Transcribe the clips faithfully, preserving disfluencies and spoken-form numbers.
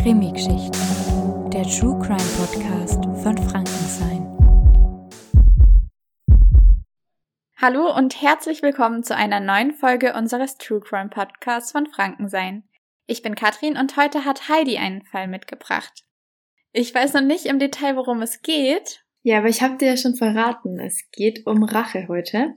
Krimi-Geschichten, der True Crime Podcast von Frankenstein. Hallo und herzlich willkommen zu einer neuen Folge unseres True Crime Podcasts von Frankenstein. Ich bin Katrin und heute hat Heidi einen Fall mitgebracht. Ich weiß noch nicht im Detail, worum es geht. Ja, aber ich habe dir ja schon verraten, es geht um Rache heute.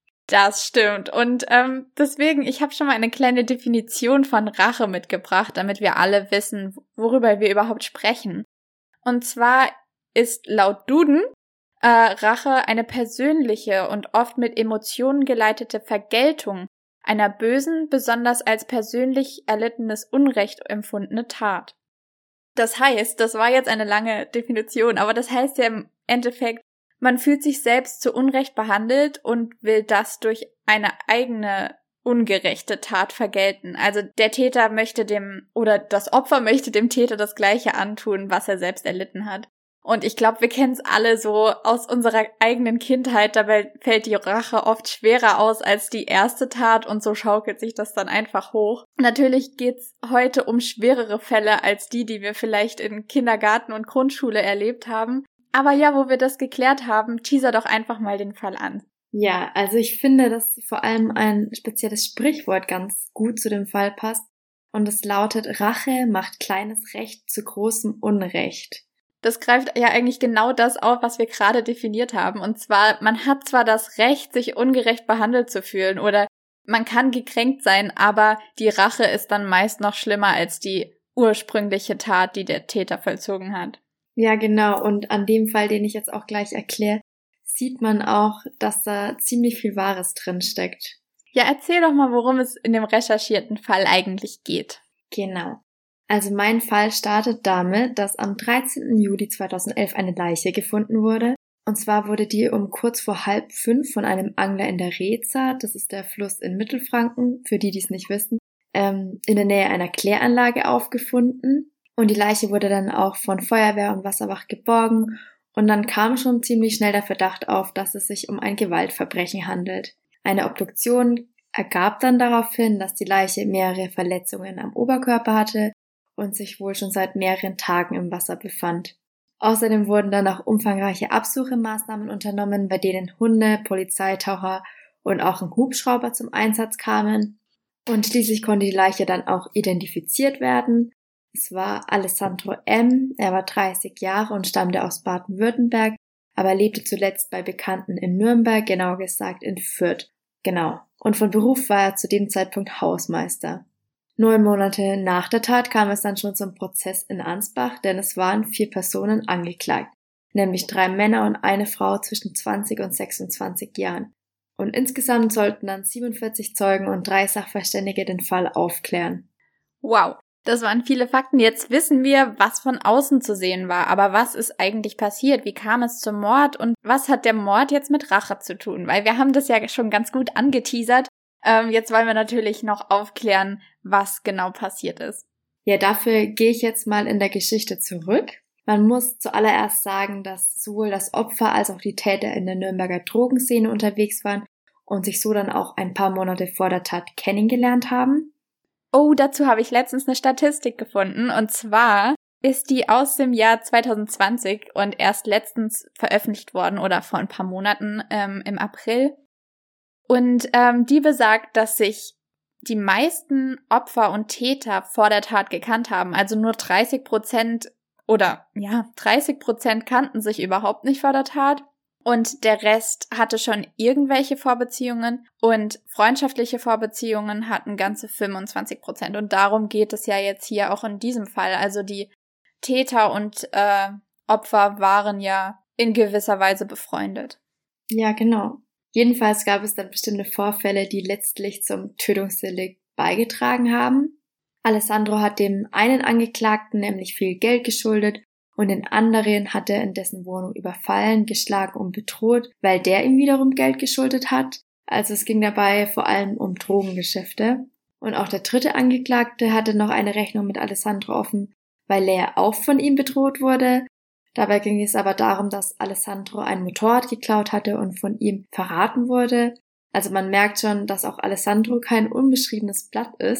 Das stimmt. Und ähm, deswegen, ich habe schon mal eine kleine Definition von Rache mitgebracht, damit wir alle wissen, worüber wir überhaupt sprechen. Und zwar ist laut Duden äh, Rache eine persönliche und oft mit Emotionen geleitete Vergeltung einer bösen, besonders als persönlich erlittenes Unrecht empfundene Tat. Das heißt, das war jetzt eine lange Definition, aber das heißt ja im Endeffekt, man fühlt sich selbst zu Unrecht behandelt und will das durch eine eigene ungerechte Tat vergelten. Also der Täter möchte dem, oder das Opfer möchte dem Täter das Gleiche antun, was er selbst erlitten hat. Und ich glaube, wir kennen es alle so aus unserer eigenen Kindheit, dabei fällt die Rache oft schwerer aus als die erste Tat und so schaukelt sich das dann einfach hoch. Natürlich geht's heute um schwerere Fälle als die, die wir vielleicht in Kindergarten und Grundschule erlebt haben. Aber ja, wo wir das geklärt haben, teaser doch einfach mal den Fall an. Ja, also ich finde, dass vor allem ein spezielles Sprichwort ganz gut zu dem Fall passt. Und es lautet, Rache macht kleines Recht zu großem Unrecht. Das greift ja eigentlich genau das auf, was wir gerade definiert haben. Und zwar, man hat zwar das Recht, sich ungerecht behandelt zu fühlen oder man kann gekränkt sein, aber die Rache ist dann meist noch schlimmer als die ursprüngliche Tat, die der Täter vollzogen hat. Ja, genau. Und an dem Fall, den ich jetzt auch gleich erkläre, sieht man auch, dass da ziemlich viel Wahres drin steckt. Ja, erzähl doch mal, worum es in dem recherchierten Fall eigentlich geht. Genau. Also mein Fall startet damit, dass am dreizehnten Juli zweitausendelf eine Leiche gefunden wurde. Und zwar wurde die um kurz vor halb fünf von einem Angler in der Reza, das ist der Fluss in Mittelfranken, für die, die es nicht wissen, ähm, in der Nähe einer Kläranlage aufgefunden. Und die Leiche wurde dann auch von Feuerwehr und Wasserwacht geborgen und dann kam schon ziemlich schnell der Verdacht auf, dass es sich um ein Gewaltverbrechen handelt. Eine Obduktion ergab dann daraufhin, dass die Leiche mehrere Verletzungen am Oberkörper hatte und sich wohl schon seit mehreren Tagen im Wasser befand. Außerdem wurden dann auch umfangreiche Absuchemaßnahmen unternommen, bei denen Hunde, Polizeitaucher und auch ein Hubschrauber zum Einsatz kamen. Und schließlich konnte die Leiche dann auch identifiziert werden. Es war Alessandro M., er war dreißig Jahre und stammte aus Baden-Württemberg, aber lebte zuletzt bei Bekannten in Nürnberg, genauer gesagt in Fürth. Genau. Und von Beruf war er zu dem Zeitpunkt Hausmeister. Neun Monate nach der Tat kam es dann schon zum Prozess in Ansbach, denn es waren vier Personen angeklagt, nämlich drei Männer und eine Frau zwischen zwanzig und sechsundzwanzig Jahren. Und insgesamt sollten dann siebenundvierzig Zeugen und drei Sachverständige den Fall aufklären. Wow. Das waren viele Fakten. Jetzt wissen wir, was von außen zu sehen war. Aber was ist eigentlich passiert? Wie kam es zum Mord? Und was hat der Mord jetzt mit Rache zu tun? Weil wir haben das ja schon ganz gut angeteasert. Ähm, jetzt wollen wir natürlich noch aufklären, was genau passiert ist. Ja, dafür gehe ich jetzt mal in der Geschichte zurück. Man muss zuallererst sagen, dass sowohl das Opfer als auch die Täter in der Nürnberger Drogenszene unterwegs waren und sich so dann auch ein paar Monate vor der Tat kennengelernt haben. Oh, dazu habe ich letztens eine Statistik gefunden und zwar ist die aus dem Jahr zwanzig zwanzig und erst letztens veröffentlicht worden oder vor ein paar Monaten ähm, im April und ähm, die besagt, dass sich die meisten Opfer und Täter vor der Tat gekannt haben, also nur dreißig Prozent oder ja, dreißig Prozent kannten sich überhaupt nicht vor der Tat. Und der Rest hatte schon irgendwelche Vorbeziehungen und freundschaftliche Vorbeziehungen hatten ganze fünfundzwanzig Prozent. Und darum geht es ja jetzt hier auch in diesem Fall. Also die Täter und äh, Opfer waren ja in gewisser Weise befreundet. Ja, genau. Jedenfalls gab es dann bestimmte Vorfälle, die letztlich zum Tötungsdelikt beigetragen haben. Alessandro hat dem einen Angeklagten nämlich viel Geld geschuldet und den anderen hat er in dessen Wohnung überfallen, geschlagen und bedroht, weil der ihm wiederum Geld geschuldet hat. Also es ging dabei vor allem um Drogengeschäfte. Und auch der dritte Angeklagte hatte noch eine Rechnung mit Alessandro offen, weil er auch von ihm bedroht wurde. Dabei ging es aber darum, dass Alessandro ein Motorrad geklaut hatte und von ihm verraten wurde. Also man merkt schon, dass auch Alessandro kein unbeschriebenes Blatt ist.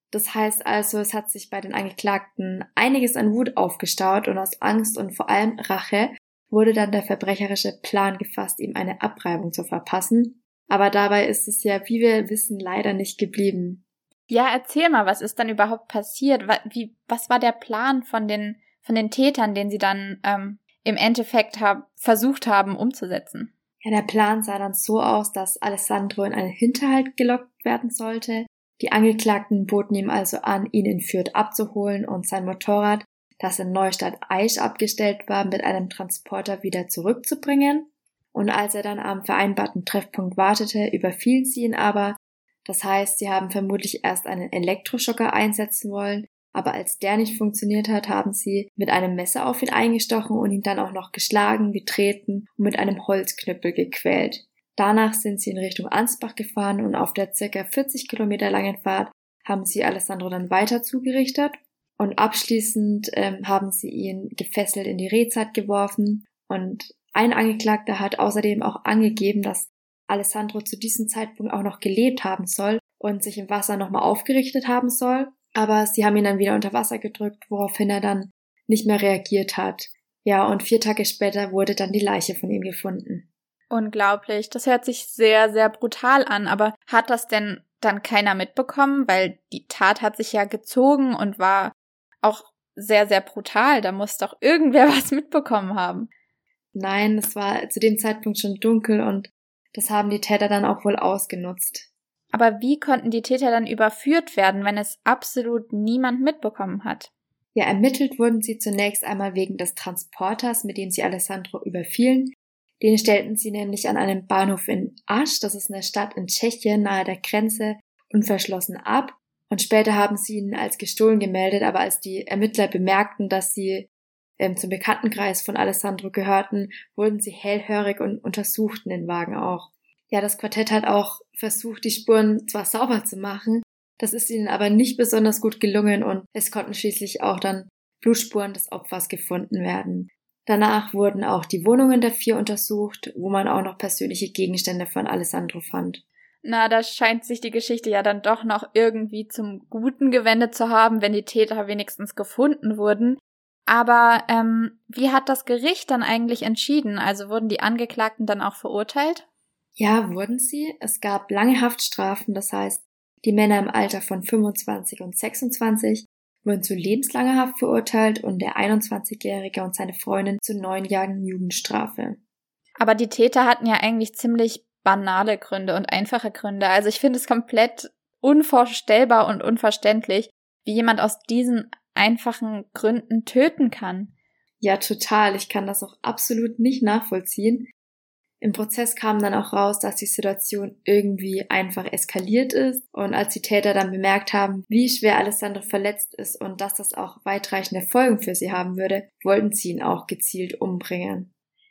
Das heißt also, es hat sich bei den Angeklagten einiges an Wut aufgestaut und aus Angst und vor allem Rache wurde dann der verbrecherische Plan gefasst, ihm eine Abreibung zu verpassen. Aber dabei ist es ja, wie wir wissen, leider nicht geblieben. Ja, erzähl mal, was ist dann überhaupt passiert? Was, wie, was war der Plan von den, von den Tätern, den sie dann ähm, im Endeffekt hab, versucht haben umzusetzen? Ja, der Plan sah dann so aus, dass Alessandro in einen Hinterhalt gelockt werden sollte. Die Angeklagten boten ihm also an, ihn in Fürth abzuholen und sein Motorrad, das in Neustadt-Aisch abgestellt war, mit einem Transporter wieder zurückzubringen. Und als er dann am vereinbarten Treffpunkt wartete, überfielen sie ihn aber. Das heißt, sie haben vermutlich erst einen Elektroschocker einsetzen wollen, aber als der nicht funktioniert hat, haben sie mit einem Messer auf ihn eingestochen und ihn dann auch noch geschlagen, getreten und mit einem Holzknüppel gequält. Danach sind sie in Richtung Ansbach gefahren und auf der circa vierzig Kilometer langen Fahrt haben sie Alessandro dann weiter zugerichtet und abschließend ähm, haben sie ihn gefesselt in die Rezat geworfen und ein Angeklagter hat außerdem auch angegeben, dass Alessandro zu diesem Zeitpunkt auch noch gelebt haben soll und sich im Wasser nochmal aufgerichtet haben soll, aber sie haben ihn dann wieder unter Wasser gedrückt, woraufhin er dann nicht mehr reagiert hat. Ja, und vier Tage später wurde dann die Leiche von ihm gefunden. Unglaublich. Das hört sich sehr, sehr brutal an. Aber hat das denn dann keiner mitbekommen? Weil die Tat hat sich ja gezogen und war auch sehr, sehr brutal. Da muss doch irgendwer was mitbekommen haben. Nein, es war zu dem Zeitpunkt schon dunkel und das haben die Täter dann auch wohl ausgenutzt. Aber wie konnten die Täter dann überführt werden, wenn es absolut niemand mitbekommen hat? Ja, ermittelt wurden sie zunächst einmal wegen des Transporters, mit dem sie Alessandro überfielen. Den stellten sie nämlich an einem Bahnhof in Asch, das ist eine Stadt in Tschechien nahe der Grenze, unverschlossen ab. Und später haben sie ihn als gestohlen gemeldet, aber als die Ermittler bemerkten, dass sie ähm, zum Bekanntenkreis von Alessandro gehörten, wurden sie hellhörig und untersuchten den Wagen auch. Ja, das Quartett hat auch versucht, die Spuren zwar sauber zu machen, das ist ihnen aber nicht besonders gut gelungen und es konnten schließlich auch dann Blutspuren des Opfers gefunden werden. Danach wurden auch die Wohnungen der vier untersucht, wo man auch noch persönliche Gegenstände von Alessandro fand. Na, da scheint sich die Geschichte ja dann doch noch irgendwie zum Guten gewendet zu haben, wenn die Täter wenigstens gefunden wurden. Aber ähm, wie hat das Gericht dann eigentlich entschieden? Also wurden die Angeklagten dann auch verurteilt? Ja, wurden sie. Es gab lange Haftstrafen, das heißt, die Männer im Alter von fünfundzwanzig und sechsundzwanzig wurden zu lebenslanger Haft verurteilt und der einundzwanzigjährige und seine Freundin zu neun Jahren Jugendstrafe. Aber die Täter hatten ja eigentlich ziemlich banale Gründe und einfache Gründe. Also ich finde es komplett unvorstellbar und unverständlich, wie jemand aus diesen einfachen Gründen töten kann. Ja, total. Ich kann das auch absolut nicht nachvollziehen. Im Prozess kam dann auch raus, dass die Situation irgendwie einfach eskaliert ist und als die Täter dann bemerkt haben, wie schwer Alessandro verletzt ist und dass das auch weitreichende Folgen für sie haben würde, wollten sie ihn auch gezielt umbringen.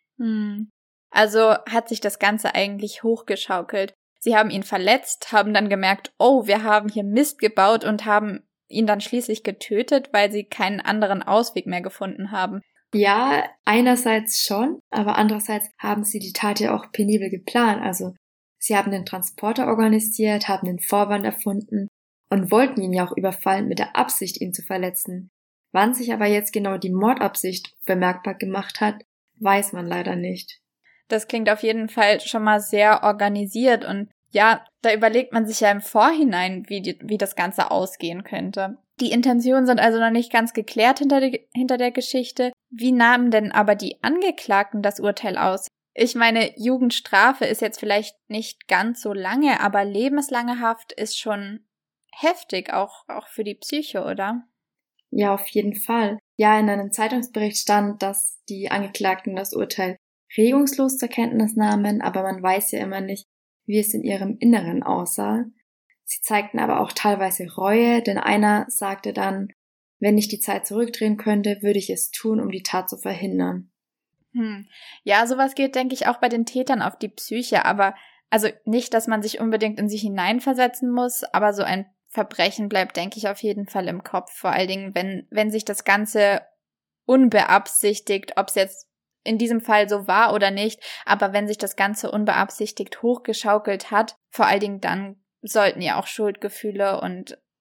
Hm. Also hat sich das Ganze eigentlich hochgeschaukelt. Sie haben ihn verletzt, haben dann gemerkt, oh, wir haben hier Mist gebaut und haben ihn dann schließlich getötet, weil sie keinen anderen Ausweg mehr gefunden haben. Ja, einerseits schon, aber andererseits haben sie die Tat ja auch penibel geplant. Also sie haben den Transporter organisiert, haben den Vorwand erfunden und wollten ihn ja auch überfallen mit der Absicht, ihn zu verletzen. Wann sich aber jetzt genau die Mordabsicht bemerkbar gemacht hat, weiß man leider nicht. Das klingt auf jeden Fall schon mal sehr organisiert und ja, da überlegt man sich ja im Vorhinein, wie, die, wie das Ganze ausgehen könnte. Die Intentionen sind also noch nicht ganz geklärt hinter, die, hinter der Geschichte. Wie nahmen denn aber die Angeklagten das Urteil aus? Ich meine, Jugendstrafe ist jetzt vielleicht nicht ganz so lange, aber lebenslange Haft ist schon heftig, auch, auch für die Psyche, oder? Ja, auf jeden Fall. Ja, in einem Zeitungsbericht stand, dass die Angeklagten das Urteil regungslos zur Kenntnis nahmen, aber man weiß ja immer nicht, wie es in ihrem Inneren aussah. Sie zeigten aber auch teilweise Reue, denn einer sagte dann, wenn ich die Zeit zurückdrehen könnte, würde ich es tun, um die Tat zu verhindern. Hm. Ja, sowas geht, denke ich, auch bei den Tätern auf die Psyche, aber also nicht, dass man sich unbedingt in sich hineinversetzen muss, aber so ein Verbrechen bleibt, denke ich, auf jeden Fall im Kopf, vor allen Dingen, wenn, wenn sich das Ganze unbeabsichtigt, ob es jetzt in diesem Fall so war oder nicht, aber wenn sich das Ganze unbeabsichtigt hochgeschaukelt hat, vor allen Dingen dann sollten ja auch Schuldgefühle und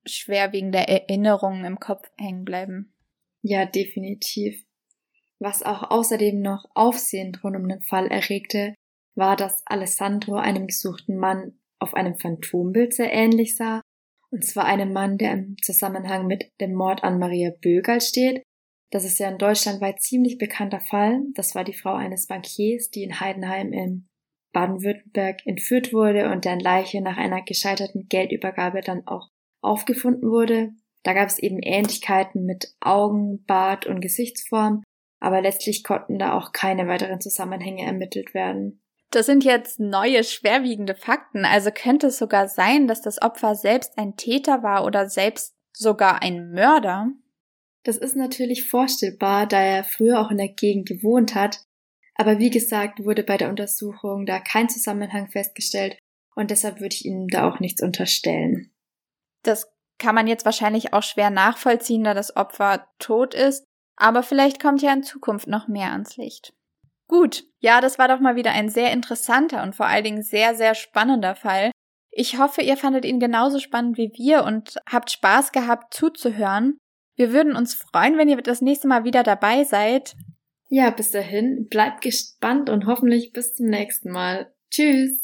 schwerwiegende Erinnerungen im Kopf hängen bleiben. Ja, definitiv. Was auch außerdem noch Aufsehen rund um den Fall erregte, war, dass Alessandro einem gesuchten Mann auf einem Phantombild sehr ähnlich sah, und zwar einem Mann, der im Zusammenhang mit dem Mord an Maria Bögerl steht. Das ist ja ein deutschlandweit ziemlich bekannter Fall. Das war die Frau eines Bankiers, die in Heidenheim in Baden-Württemberg entführt wurde und deren Leiche nach einer gescheiterten Geldübergabe dann auch aufgefunden wurde. Da gab es eben Ähnlichkeiten mit Augen, Bart und Gesichtsform, aber letztlich konnten da auch keine weiteren Zusammenhänge ermittelt werden. Das sind jetzt neue, schwerwiegende Fakten. Also könnte es sogar sein, dass das Opfer selbst ein Täter war oder selbst sogar ein Mörder? Das ist natürlich vorstellbar, da er früher auch in der Gegend gewohnt hat. Aber wie gesagt, wurde bei der Untersuchung da kein Zusammenhang festgestellt und deshalb würde ich Ihnen da auch nichts unterstellen. Das kann man jetzt wahrscheinlich auch schwer nachvollziehen, da das Opfer tot ist. Aber vielleicht kommt ja in Zukunft noch mehr ans Licht. Gut, ja, das war doch mal wieder ein sehr interessanter und vor allen Dingen sehr, sehr spannender Fall. Ich hoffe, ihr fandet ihn genauso spannend wie wir und habt Spaß gehabt zuzuhören. Wir würden uns freuen, wenn ihr das nächste Mal wieder dabei seid. Ja, bis dahin, bleibt gespannt und hoffentlich bis zum nächsten Mal. Tschüss!